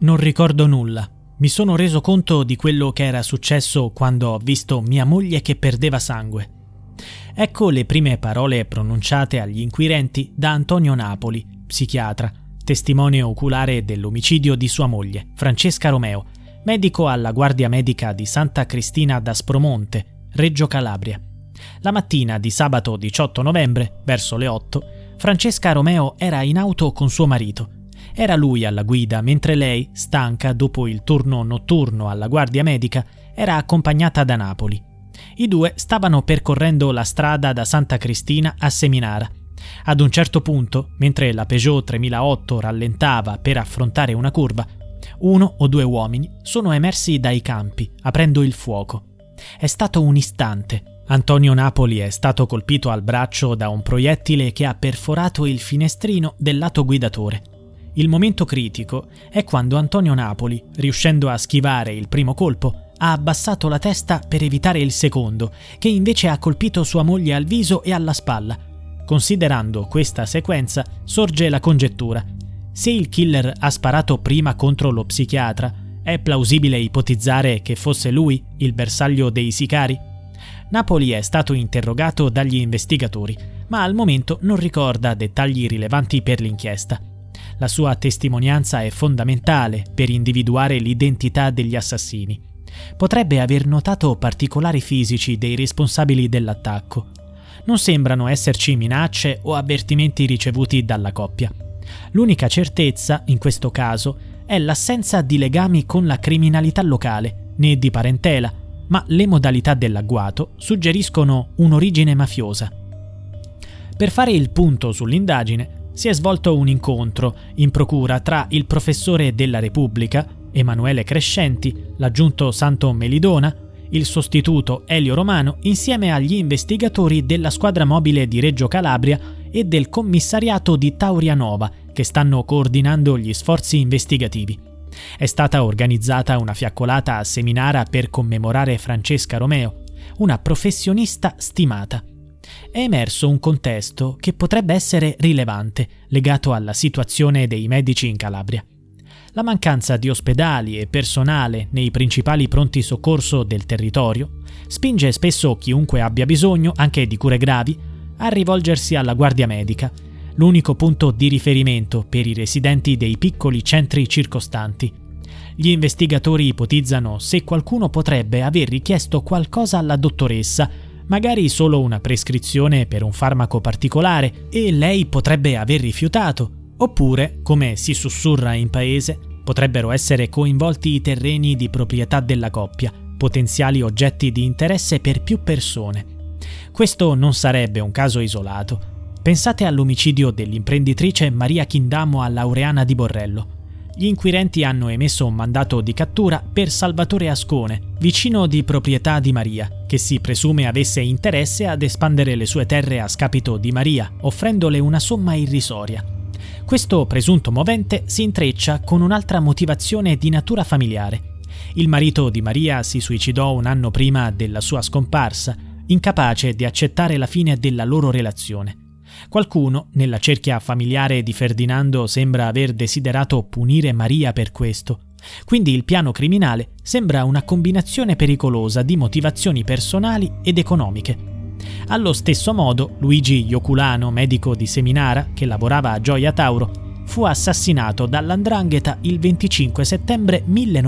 Non ricordo nulla. Mi sono reso conto di quello che era successo quando ho visto mia moglie che perdeva sangue. Ecco le prime parole pronunciate agli inquirenti da Antonio Napoli, psichiatra, testimone oculare dell'omicidio di sua moglie, Francesca Romeo, medico alla Guardia Medica di Santa Cristina d'Aspromonte, Reggio Calabria. La mattina di sabato 18 novembre, verso le 8, Francesca Romeo era in auto con suo marito. Era lui alla guida, mentre lei, stanca dopo il turno notturno alla Guardia Medica, era accompagnata da Napoli. I due stavano percorrendo la strada da Santa Cristina a Seminara. Ad un certo punto, mentre la Peugeot 3008 rallentava per affrontare una curva, uno o due uomini sono emersi dai campi, aprendo il fuoco. È stato un istante. Antonio Napoli è stato colpito al braccio da un proiettile che ha perforato il finestrino del lato guidatore. Il momento critico è quando Antonio Napoli, riuscendo a schivare il primo colpo, ha abbassato la testa per evitare il secondo, che invece ha colpito sua moglie al viso e alla spalla. Considerando questa sequenza, sorge la congettura. Se il killer ha sparato prima contro lo psichiatra, è plausibile ipotizzare che fosse lui il bersaglio dei sicari? Napoli è stato interrogato dagli investigatori, ma al momento non ricorda dettagli rilevanti per l'inchiesta. La sua testimonianza è fondamentale per individuare l'identità degli assassini. Potrebbe aver notato particolari fisici dei responsabili dell'attacco. Non sembrano esserci minacce o avvertimenti ricevuti dalla coppia. L'unica certezza, in questo caso, è l'assenza di legami con la criminalità locale, né di parentela, ma le modalità dell'agguato suggeriscono un'origine mafiosa. Per fare il punto sull'indagine, si è svolto un incontro in procura tra il professore della Repubblica, Emanuele Crescenti, l'aggiunto Santo Melidona, il sostituto Elio Romano, insieme agli investigatori della squadra mobile di Reggio Calabria e del commissariato di Taurianova, che stanno coordinando gli sforzi investigativi. È stata organizzata una fiaccolata a Seminara per commemorare Francesca Romeo, una professionista stimata. È emerso un contesto che potrebbe essere rilevante, legato alla situazione dei medici in Calabria. La mancanza di ospedali e personale nei principali pronti soccorso del territorio spinge spesso chiunque abbia bisogno, anche di cure gravi, a rivolgersi alla Guardia Medica, l'unico punto di riferimento per i residenti dei piccoli centri circostanti. Gli investigatori ipotizzano se qualcuno potrebbe aver richiesto qualcosa alla dottoressa, magari solo una prescrizione per un farmaco particolare, e lei potrebbe aver rifiutato, oppure, come si sussurra in paese, potrebbero essere coinvolti i terreni di proprietà della coppia, potenziali oggetti di interesse per più persone. Questo non sarebbe un caso isolato. Pensate all'omicidio dell'imprenditrice Maria Chindamo a Laureana di Borrello. Gli inquirenti hanno emesso un mandato di cattura per Salvatore Ascone, vicino di proprietà di Maria, che si presume avesse interesse ad espandere le sue terre a scapito di Maria, offrendole una somma irrisoria. Questo presunto movente si intreccia con un'altra motivazione di natura familiare. Il marito di Maria si suicidò un anno prima della sua scomparsa, incapace di accettare la fine della loro relazione. Qualcuno, nella cerchia familiare di Ferdinando, sembra aver desiderato punire Maria per questo. Quindi il piano criminale sembra una combinazione pericolosa di motivazioni personali ed economiche. Allo stesso modo, Luigi Ioculano, medico di Seminara, che lavorava a Gioia Tauro, fu assassinato dall''ndrangheta il 25 settembre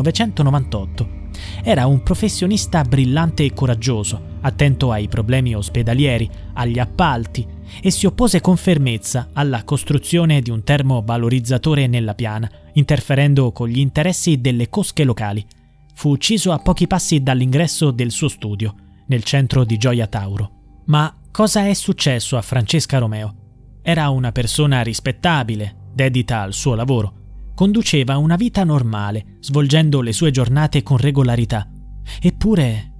1998. Era un professionista brillante e coraggioso, attento ai problemi ospedalieri, agli appalti, e si oppose con fermezza alla costruzione di un termovalorizzatore nella piana, interferendo con gli interessi delle cosche locali. Fu ucciso a pochi passi dall'ingresso del suo studio, nel centro di Gioia Tauro. Ma cosa è successo a Francesca Romeo? Era una persona rispettabile, dedita al suo lavoro. Conduceva una vita normale, svolgendo le sue giornate con regolarità. Eppure